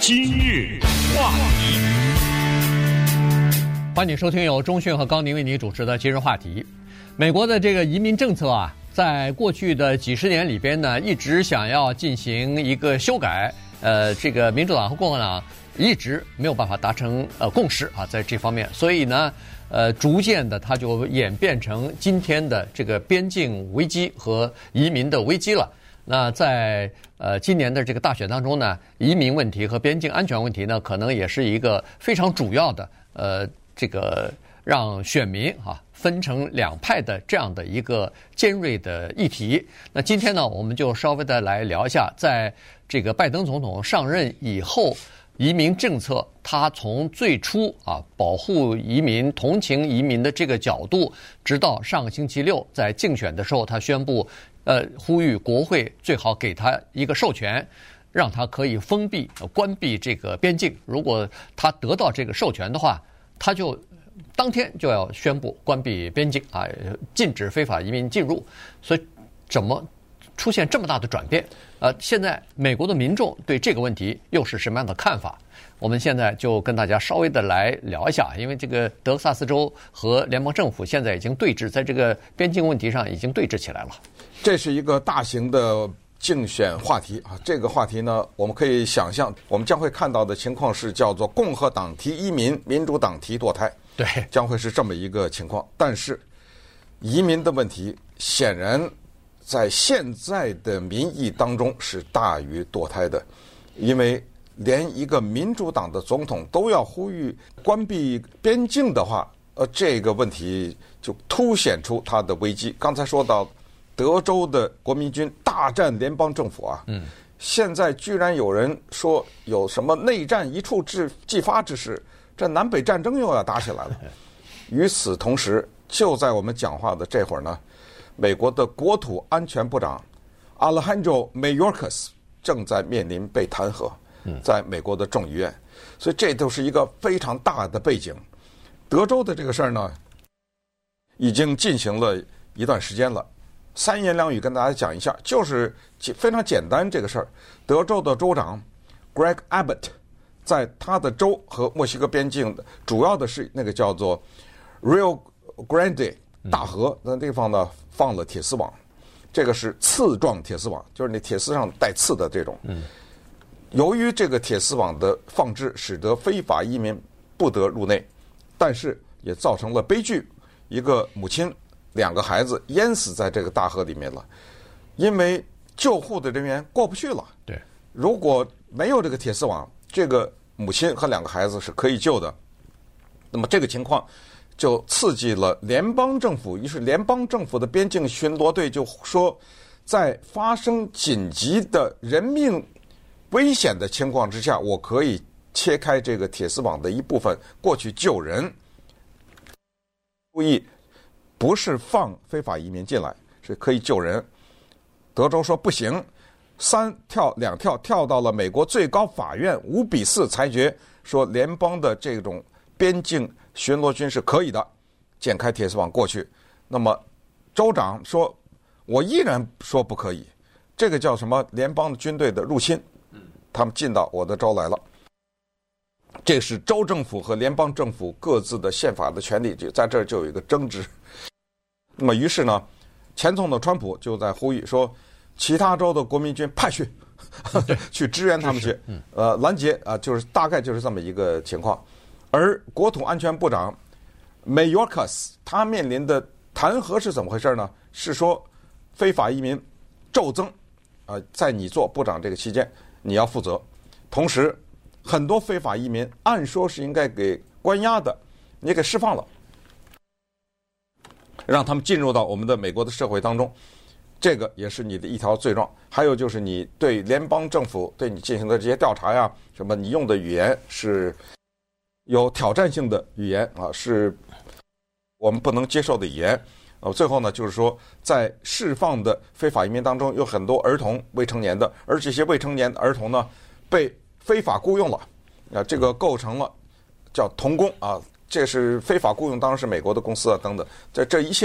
今日话题， 欢迎收听由钟迅和高宁为你主持的今日话题。美国的这个移民政策啊，在过去的几十年里边呢，一直想要进行一个修改。这个民主党和共和党一直没有办法达成共识啊，在这方面，所以呢，逐渐的它就演变成今天的这个边境危机和移民的危机了。那在今年的这个大选当中呢，移民问题和边境安全问题呢，可能也是一个非常主要的这个让选民分成两派的这样的一个尖锐的议题。那今天呢，我们就稍微的来聊一下，在这个拜登总统上任以后，移民政策他从最初保护移民、同情移民的这个角度，直到上个星期六在竞选的时候，他宣布呼吁国会最好给他一个授权，让他可以关闭这个边境。如果他得到这个授权的话，他就当天就要宣布关闭边境禁止非法移民进入。所以怎么出现这么大的转变？现在美国的民众对这个问题又是什么样的看法？我们现在就跟大家稍微的来聊一下，因为这个德克萨斯州和联邦政府现在已经对峙，在这个边境问题上已经对峙起来了。 这是一个大型的竞选话题啊！这个话题呢，我们可以想象，我们将会看到的情况是叫做共和党提移民，民主党提堕胎， 对， 将会是这么一个情况。但是，移民的问题显然在现在的民意当中是大于堕胎的，因为连一个民主党的总统都要呼吁关闭边境的话，这个问题就凸显出它的危机。刚才说到德州的国民军大战联邦政府现在居然有人说有什么内战一触即发之势，这南北战争又要打起来了。与此同时，就在我们讲话的这会儿呢，美国的国土安全部长 Alejandro Mayorkas 正在面临被弹劾，在美国的众议院，所以这都是一个非常大的背景。德州的这个事儿呢，已经进行了一段时间了。三言两语跟大家讲一下，就是非常简单这个事儿。德州的州长 Greg Abbott 在他的州和墨西哥边境的主要的是那个叫做 Rio Grande 大河那地方呢，放了铁丝网，这个是刺状铁丝网，就是那铁丝上带刺的这种。由于这个铁丝网的放置，使得非法移民不得入内，但是也造成了悲剧，一个母亲2个孩子淹死在这个大河里面了，因为救护的人员过不去了。 对， 如果没有这个铁丝网，这个母亲和2个孩子是可以救的。那么这个情况就刺激了联邦政府，于是联邦政府的边境巡逻队就说，在发生紧急的人命危险的情况之下，我可以切开这个铁丝网的一部分过去救人。注意，不是放非法移民进来，是可以救人。德州说不行，3跳2跳，跳到了美国最高法院5-4裁决，说联邦的这种边境巡逻军是可以的，剪开铁丝网过去。那么州长说，我依然说不可以，这个叫什么？联邦的军队的入侵，他们进到我的州来了。这是州政府和联邦政府各自的宪法的权利，就在这儿就有一个争执。那么于是呢，前总统川普就在呼吁说，其他州的国民军派去去支援他们去，拦截就是大概就是这么一个情况。而国土安全部长 Mayorkas 他面临的弹劾是怎么回事呢？是说非法移民骤增，在你做部长这个期间你要负责，同时很多非法移民按说是应该给关押的，你给释放了，让他们进入到我们的美国的社会当中，这个也是你的一条罪状。还有就是你对联邦政府对你进行的这些调查呀，什么你用的语言是有挑战性的语言是我们不能接受的语言。最后呢，就是说在释放的非法移民当中有很多儿童未成年的，而这些未成年的儿童呢被非法雇佣了，这个构成了叫童工这是非法雇佣，当然是美国的公司等等，这一切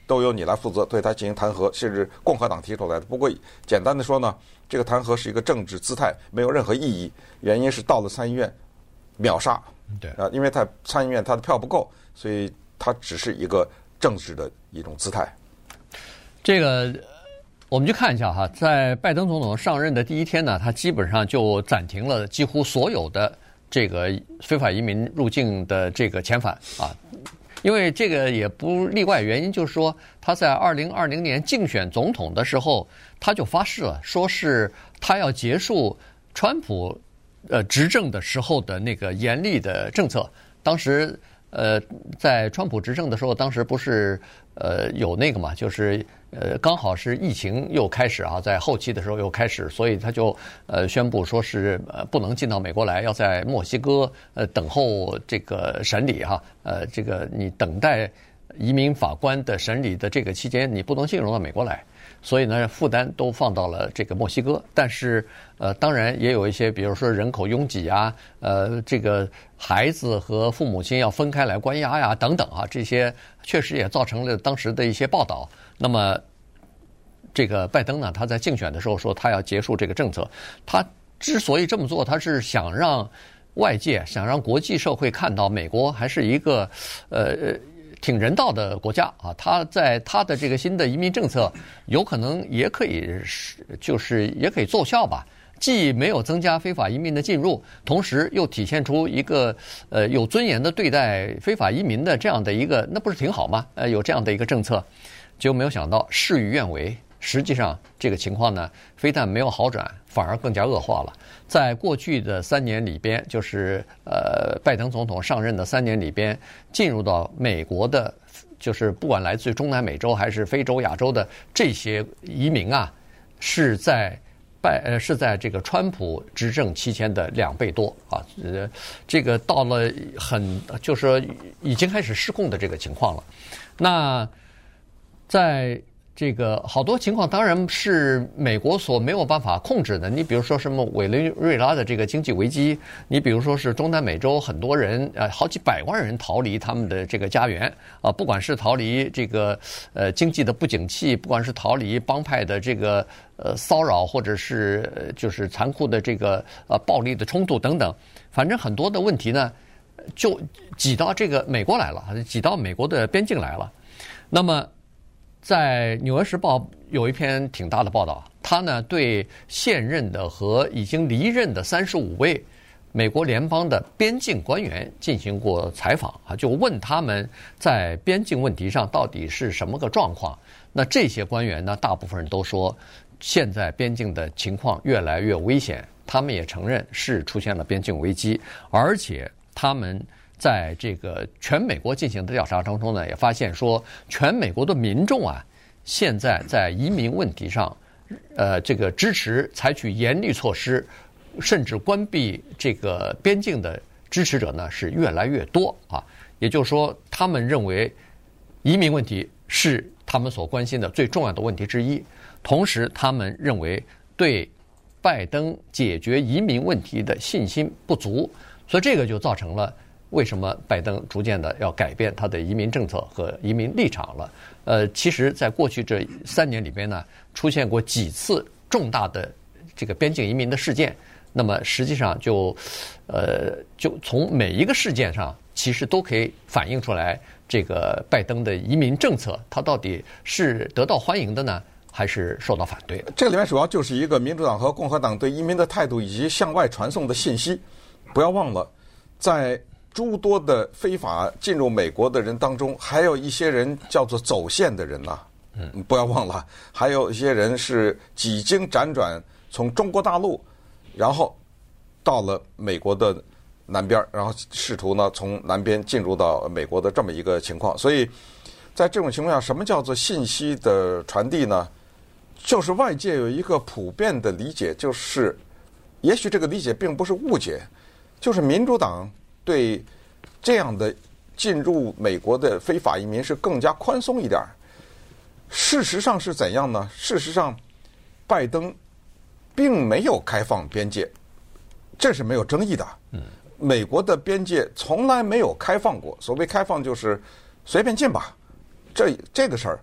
都由你来负责对他进行弹劾，是共和党提出来的。不过简单的说呢，这个弹劾是一个政治姿态，没有任何意义。原因是到了参议院秒杀， 对啊，因为他参议院他的票不够，所以他只是一个政治的一种姿态。 这个我们去看一下哈，在拜登总统上任的第一天呢，他基本上就暂停了几乎所有的这个非法移民入境的这个遣返啊。因为这个也不例外，原因就是说他在2020年竞选总统的时候，他就发誓了，说是他要结束川普执政的时候的那个严厉的政策。当时在川普执政的时候，当时不是有那个嘛，就是刚好是疫情又开始啊，在后期的时候又开始，所以他就宣布说是不能进到美国来，要在墨西哥等候这个审理哈，这个你等待移民法官的审理的这个期间，你不能进入到美国来。所以呢，负担都放到了这个墨西哥，但是当然也有一些，比如说人口拥挤啊，这个孩子和父母亲要分开来关押呀，等等啊，这些确实也造成了当时的一些报道。那么，这个拜登呢，他在竞选的时候说他要结束这个政策，他之所以这么做，他是想让外界、想让国际社会看到美国还是一个挺人道的国家啊，他在他的这个新的移民政策有可能也可以就是也可以奏效吧，既没有增加非法移民的进入，同时又体现出一个有尊严的对待非法移民的这样的一个，那不是挺好吗？有这样的一个政策，结果没有想到事与愿违，实际上这个情况呢，非但没有好转，反而更加恶化了。在过去的3年里边，就是拜登总统上任的3年里边，进入到美国的，就是不管来自于中南美洲还是非洲、亚洲的这些移民啊，是在这个川普执政期间的2倍多啊，这个到了就是说已经开始失控的这个情况了。那在这个好多情况当然是美国所没有办法控制的，你比如说什么委内瑞拉的这个经济危机，你比如说是中南美洲很多人好几百万人逃离他们的这个家园啊，不管是逃离这个经济的不景气，不管是逃离帮派的这个骚扰，或者是就是残酷的这个暴力的冲突等等，反正很多的问题呢就挤到这个美国来了，挤到美国的边境来了。那么在《纽约时报》有一篇挺大的报道，他呢对现任的和已经离任的35位美国联邦的边境官员进行过采访啊，就问他们在边境问题上到底是什么个状况。那这些官员呢，大部分人都说，现在边境的情况越来越危险，他们也承认是出现了边境危机，而且他们在这个全美国进行的调查当中呢，也发现说，全美国的民众啊，现在在移民问题上，这个支持采取严厉措施，甚至关闭这个边境的支持者呢是越来越多啊。也就是说，他们认为移民问题是他们所关心的最重要的问题之一，同时他们认为对拜登解决移民问题的信心不足，所以这个就造成了为什么拜登逐渐的要改变他的移民政策和移民立场了。其实在过去这3年里边呢，出现过几次重大的这个边境移民的事件，那么实际上就从每一个事件上其实都可以反映出来，这个拜登的移民政策他到底是得到欢迎的呢，还是受到反对的？ 这里面主要就是一个民主党和共和党对移民的态度以及向外传送的信息。不要忘了，在诸多的非法进入美国的人当中，还有一些人叫做走线的人呐。不要忘了，还有一些人是几经辗转从中国大陆，然后到了美国的南边，然后试图呢从南边进入到美国的这么一个情况。所以在这种情况下，什么叫做信息的传递呢？就是外界有一个普遍的理解，就是也许这个理解并不是误解，就是民主党对这样的进入美国的非法移民是更加宽松一点。事实上是怎样呢？事实上，拜登并没有开放边界，这是没有争议的。美国的边界从来没有开放过，所谓开放就是随便进吧，这个事儿。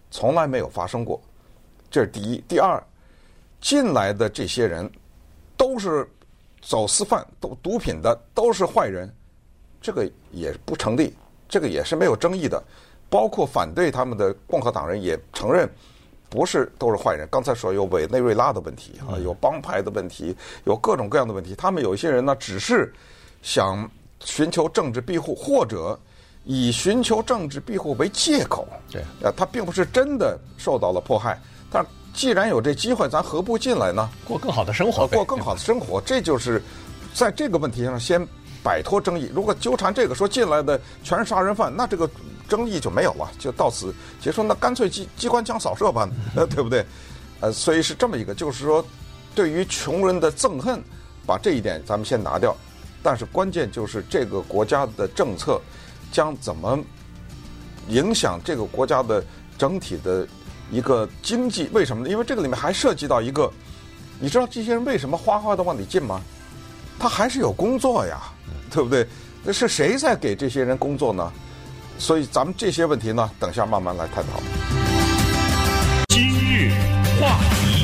从来没有发生过，这是第一。第二，进来的这些人都是走私犯、毒品的，都是坏人，这个也不成立，这个也是没有争议的。包括反对他们的共和党人也承认，不是都是坏人。刚才说有委内瑞拉的问题啊，有帮派的问题，有各种各样的问题。他们有一些人呢，只是想寻求政治庇护，或者以寻求政治庇护为借口。 对， 他并不是真的受到了迫害，但既然有这机会，咱何不进来呢？ 过更好的生活， 过更好的生活，这就是在这个问题上先摆脱争议。如果纠缠这个说进来的全是杀人犯，那这个争议就没有了，就到此结束。那干脆机关枪扫射吧，对不对？所以是这么一个，就是说，对于穷人的憎恨，把这一点咱们先拿掉。但是关键就是这个国家的政策将怎么影响这个国家的整体的一个经济？为什么呢？因为这个里面还涉及到一个，你知道这些人为什么哗哗的往里进吗？他还是有工作呀，对不对？那是谁在给这些人工作呢？所以咱们这些问题呢，等下慢慢来探讨。 今日话题，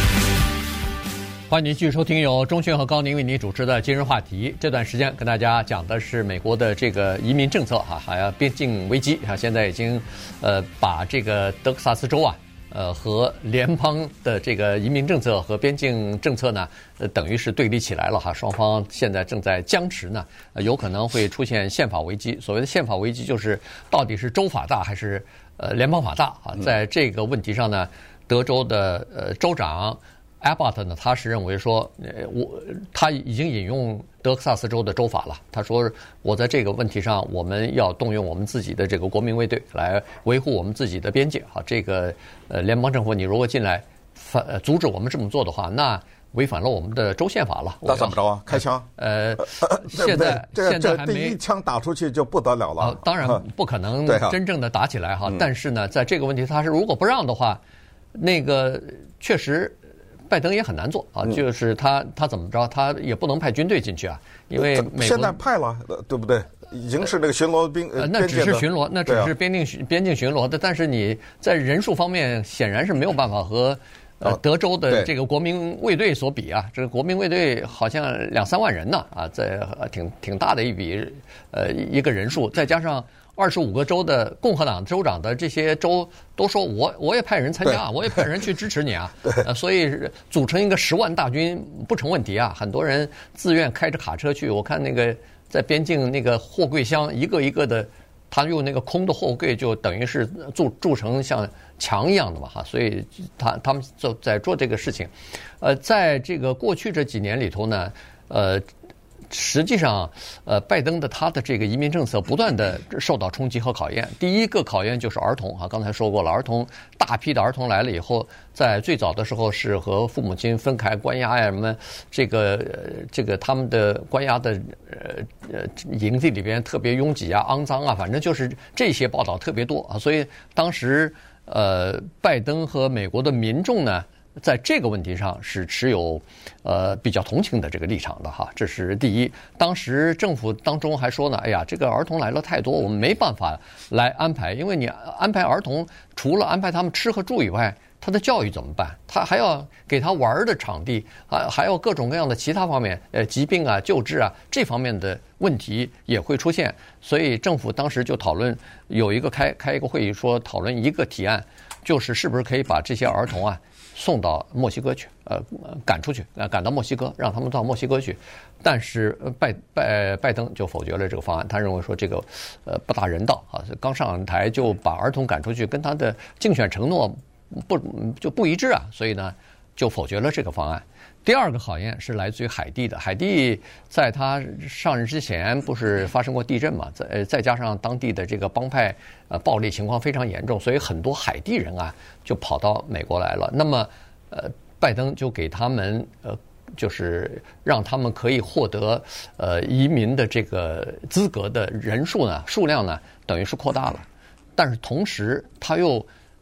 欢迎您继续收听由钟迅和高宁为您主持的今日话题。这段时间跟大家讲的是美国的这个移民政策还有边境危机现在已经把这个德克萨斯州和联邦的这个移民政策和边境政策呢，等于是对立起来了双方现在正在僵持呢，有可能会出现宪法危机。所谓的宪法危机就是到底是州法大还是联邦法大在这个问题上呢，德州的州长Abbott 呢，他是认为说，他已经引用德克萨斯州的州法了。他说，我在这个问题上，我们要动用我们自己的这个国民卫队来维护我们自己的边界。这个联邦政府，你如果进来阻止我们这么做的话，那违反了我们的州宪法了。 那怎么着啊？开枪？ 现在还没第一枪打出去就不得了了。 当然不可能真正的打起来但是呢，在这个问题，他是如果不让的话，那个确实。拜登也很难做就是他怎么着，他也不能派军队进去因为美国现在派了，对不对？已经是那个巡逻兵， 那只是巡逻，那只是边境巡逻的，但是你在人数方面显然是没有办法和德州的这个国民卫队所比这个国民卫队好像2-3万人呢在挺大的一笔一个人数，再加上25个州的共和党州长的这些州都说我也派人参加，我也派人去支持你所以组成一个10万大军不成问题很多人自愿开着卡车去，我看那个在边境那个货柜箱一个一个的，他用那个空的货柜就等于是筑成像墙一样的嘛所以他们就在做这个事情。在这个过去这几年里头呢，实际上，拜登的他的这个移民政策不断的受到冲击和考验。第一个考验就是儿童刚才说过了，大批的儿童来了以后，在最早的时候是和父母亲分开关押什么这个他们的关押的营地里边特别拥挤肮脏反正就是这些报道特别多所以当时拜登和美国的民众呢，在这个问题上是持有比较同情的这个立场的这是第一。当时政府当中还说呢，哎呀，这个儿童来了太多，我们没办法来安排，因为你安排儿童，除了安排他们吃和住以外，他的教育怎么办？他还要给他玩的场地还有各种各样的其他方面，疾病救治这方面的问题也会出现。所以政府当时就讨论，有一个开一个会议，说讨论一个提案，就是是不是可以把这些儿童送到墨西哥去，赶出去，赶到墨西哥，让他们到墨西哥去。但是拜登就否决了这个方案，他认为说这个不大人道刚上台就把儿童赶出去，跟他的竞选承诺不一致所以呢就否决了这个方案。第二个考验是来自于海地的，海地在他上任之前不是发生过地震嘛，再加上当地的这个帮派暴力情况非常严重，所以很多海地人就跑到美国来了。那么拜登就给他们就是让他们可以获得移民的这个资格的人数呢数量呢等于是扩大了，但是同时他又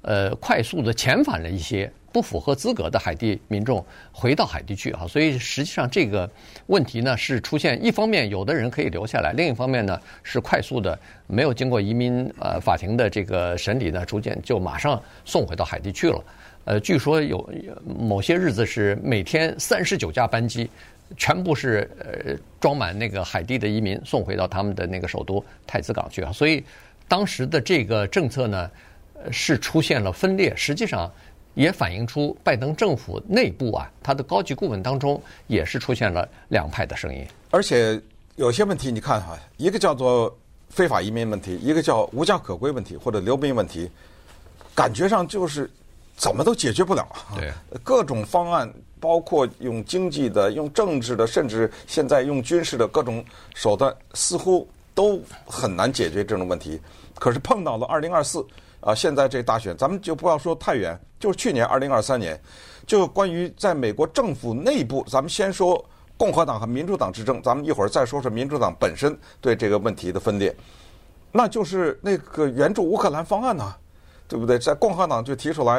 快速的遣返了一些不符合资格的海地民众回到海地去啊，所以实际上这个问题呢是出现，一方面有的人可以留下来，另一方面呢是快速的没有经过移民法庭的这个审理呢，逐渐就马上送回到海地去了。据说有某些日子是每天39架班机，全部是装满那个海地的移民送回到他们的那个首都太子港去啊，所以当时的这个政策呢是出现了分裂，实际上也反映出拜登政府内部啊，他的高级顾问当中也是出现了两派的声音。 而且有些问题你看哈，一个叫做非法移民问题，一个叫无家可归问题或者流民问题，感觉上就是怎么都解决不了。 对， 各种方案，包括用经济的、用政治的，甚至现在用军事的各种手段，似乎都很难解决这种问题。可是碰到了2024。现在这大选，咱们就不要说太远，就是去年2023年，就关于在美国政府内部，咱们先说共和党和民主党之争，咱们一会儿再说说民主党本身对这个问题的分裂，那就是那个援助乌克兰方案呢，对不对？在共和党就提出来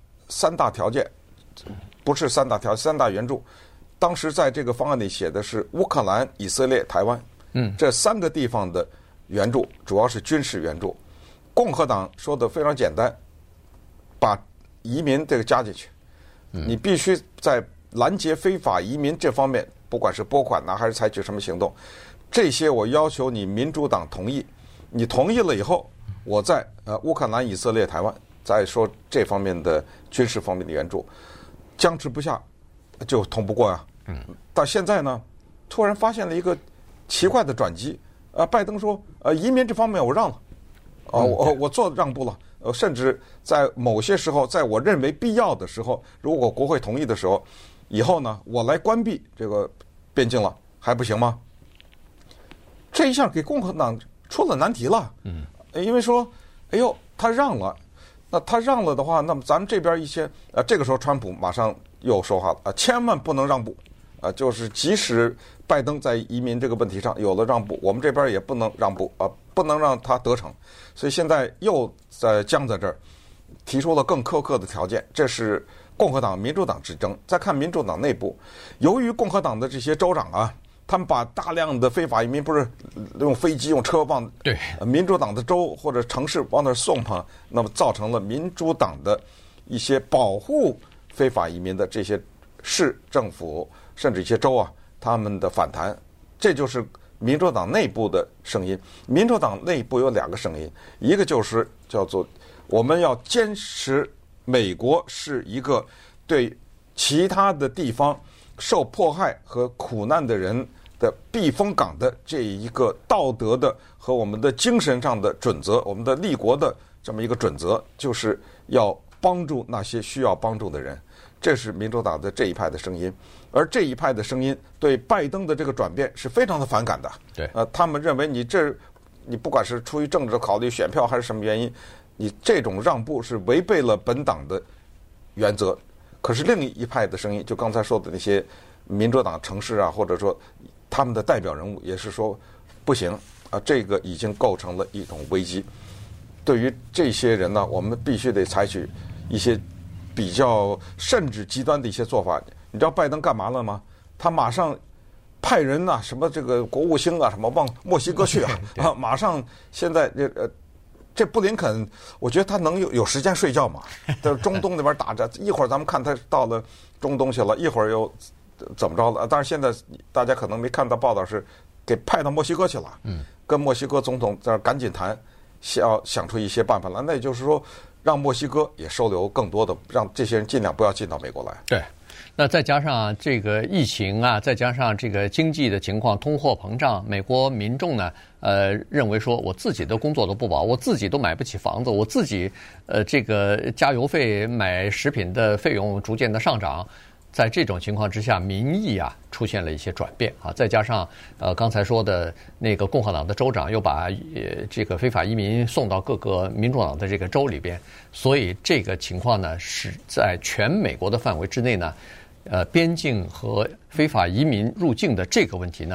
3大条件，不是3大条，3大援助。当时在这个方案里写的是乌克兰、以色列、台湾，这3个地方的援助，主要是军事援助。共和党说的非常简单，把移民这个加进去，你必须在拦截非法移民这方面，不管是拨款呢还是采取什么行动，这些我要求你民主党同意。你同意了以后，我在乌克兰、以色列、台湾再说这方面的军事方面的援助，僵持不下就通不过呀。到现在呢，突然发现了一个奇怪的转机，拜登说移民这方面我让了。我做让步了，甚至在某些时候，在我认为必要的时候，如果国会同意的时候，以后呢，我来关闭这个边境了，还不行吗？这一下给共和党出了难题了。因为说，哎呦，他让了，那他让了的话，那么咱们这边一些这个时候川普马上又说话了，千万不能让步。就是即使拜登在移民这个问题上有了让步，我们这边也不能让步不能让他得逞。所以现在又在僵在这儿，提出了更苛刻的条件。这是共和党、民主党之争。再看民主党内部，由于共和党的这些州长啊，他们把大量的非法移民不是用飞机、用车往民主党的州或者城市往那儿送嘛，那么造成了民主党的一些保护非法移民的这些市政府甚至一些州啊，他们的反弹，这就是民主党内部的声音。民主党内部有2个声音，一个就是叫做我们要坚持美国是一个对其他的地方受迫害和苦难的人的避风港的这一个道德的和我们的精神上的准则，我们的立国的这么一个准则，就是要帮助那些需要帮助的人。这是民主党的这一派的声音，而这一派的声音对拜登的这个转变是非常的反感的。 对， 他们认为你不管是出于政治考虑、选票还是什么原因，你这种让步是违背了本党的原则。可是另一派的声音，就刚才说的那些民主党城市啊，或者说他们的代表人物，也是说不行这个已经构成了一种危机。对于这些人呢，我们必须得采取一些比较甚至极端的一些做法。你知道拜登干嘛了吗？他马上派人啊，什么这个国务卿啊，什么往墨西哥去马上现在这布林肯，我觉得他能有时间睡觉吗？在中东那边打着，一会儿咱们看他到了中东去了，一会儿又怎么着了？但是现在大家可能没看到报道，是给派到墨西哥去了，跟墨西哥总统在那赶紧谈，要想出一些办法来。那也就是说，让墨西哥也收留更多的，让这些人尽量不要进到美国来。 对，那再加上这个疫情啊，再加上这个经济的情况，通货膨胀，美国民众呢，认为说我自己的工作都不保，我自己都买不起房子，我自己这个加油费、买食品的费用逐渐的上涨。在这种情况之下，民意啊出现了一些转变啊，再加上刚才说的那个共和党的州长又把这个非法移民送到各个民主党的这个州里边，所以这个情况呢是在全美国的范围之内呢，边境和非法移民入境的这个问题呢，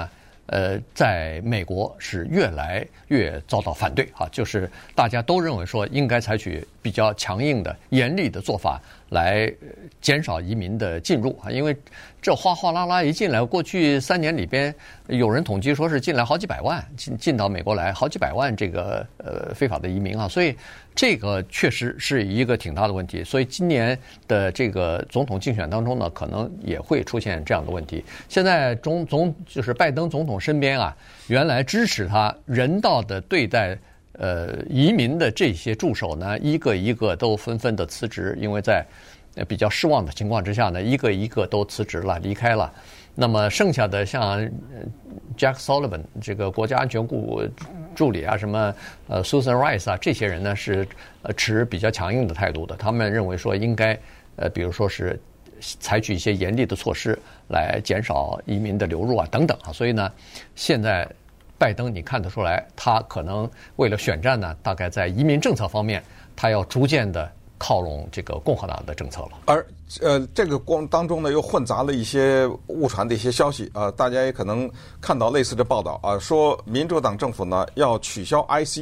在美国是越来越遭到反对啊，就是大家都认为说应该采取比较强硬的、严厉的做法来减少移民的进入啊，因为这哗哗啦啦一进来，过去3年里边有人统计说是进来好几百万，进到美国来好几百万这个非法的移民啊，所以这个确实是一个挺大的问题。所以今年的这个总统竞选当中呢，可能也会出现这样的问题。现在就是拜登总统身边啊，原来支持他人道的对待移民的这些助手呢，一个一个都纷纷的辞职，因为在比较失望的情况之下呢，一个一个都辞职了，离开了。那么剩下的像Jack Sullivan 这个国家安全部助理啊，什么Susan Rice 啊，这些人呢是持比较强硬的态度的。他们认为说应该比如说是采取一些严厉的措施来减少移民的流入啊等等啊。所以呢，现在拜登你看得出来，他可能为了选战呢，大概在移民政策方面，他要逐渐的靠拢这个共和党的政策了。 而这个当中呢，又混杂了一些误传的一些消息啊，大家也可能看到类似的报道啊，说民主党政府呢要取消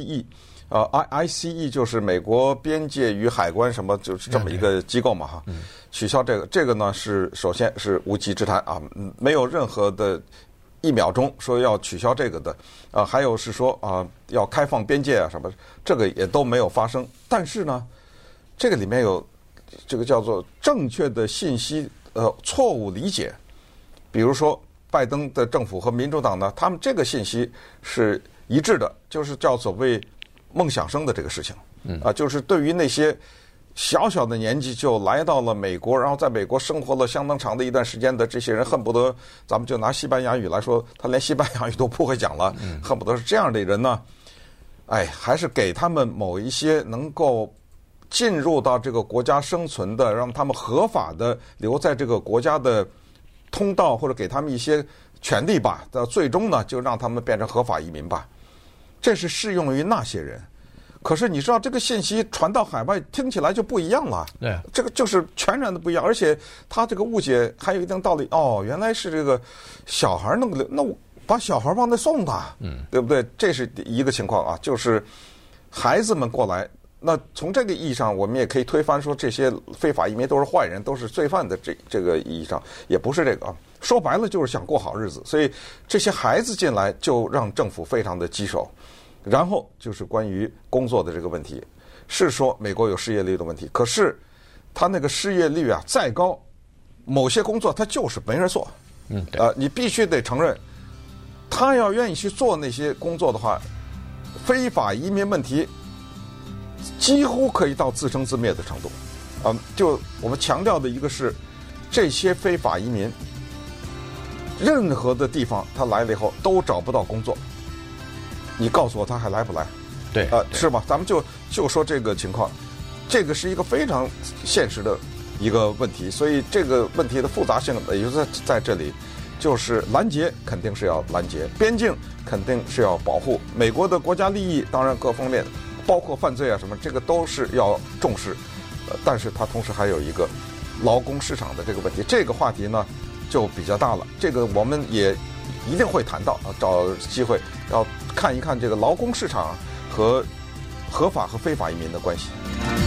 ICE，ICE 就是美国边界与海关什么，就是这么一个机构嘛哈，取消这个呢是首先是无稽之谈啊，没有任何的1秒钟说要取消这个的啊，还有是说啊要开放边界啊什么，这个也都没有发生。但是呢，这个里面有这个叫做正确的信息错误理解，比如说拜登的政府和民主党呢，他们这个信息是一致的，就是叫所谓梦想生的这个事情，就是对于那些小小的年纪就来到了美国，然后在美国生活了相当长的一段时间的这些人，恨不得咱们就拿西班牙语来说，他连西班牙语都不会讲了，恨不得是这样的人呢，还是给他们某一些能够进入到这个国家生存的，让他们合法的留在这个国家的通道，或者给他们一些权利吧，到最终呢就让他们变成合法移民吧，这是适用于那些人。可是你知道这个信息传到海外，听起来就不一样了。 对， 这个就是全然的不一样，而且他这个误解还有一定道理。哦，原来是这个小孩那我把小孩往那送他，对不对？这是一个情况啊，就是孩子们过来。那从这个意义上，我们也可以推翻说这些非法移民都是坏人，都是罪犯的这个意义上，也不是这个啊。说白了就是想过好日子，所以这些孩子进来就让政府非常的棘手。然后就是关于工作的这个问题，是说美国有失业率的问题，可是他那个失业率啊再高，某些工作他就是没人做。你必须得承认，他要愿意去做那些工作的话，非法移民问题几乎可以到自生自灭的程度。就我们强调的一个是，这些非法移民，任何的地方他来了以后都找不到工作。你告诉我他还来不来？ 对， 是吧？咱们就说这个情况，这个是一个非常现实的一个问题，所以这个问题的复杂性也就在这里，就是拦截肯定是要拦截，边境肯定是要保护，美国的国家利益当然各方面，包括犯罪啊什么，这个都是要重视，但是它同时还有一个劳工市场的这个问题，这个话题呢就比较大了，这个我们也一定会谈到啊，找机会要看一看这个劳工市场和合法和非法移民的关系。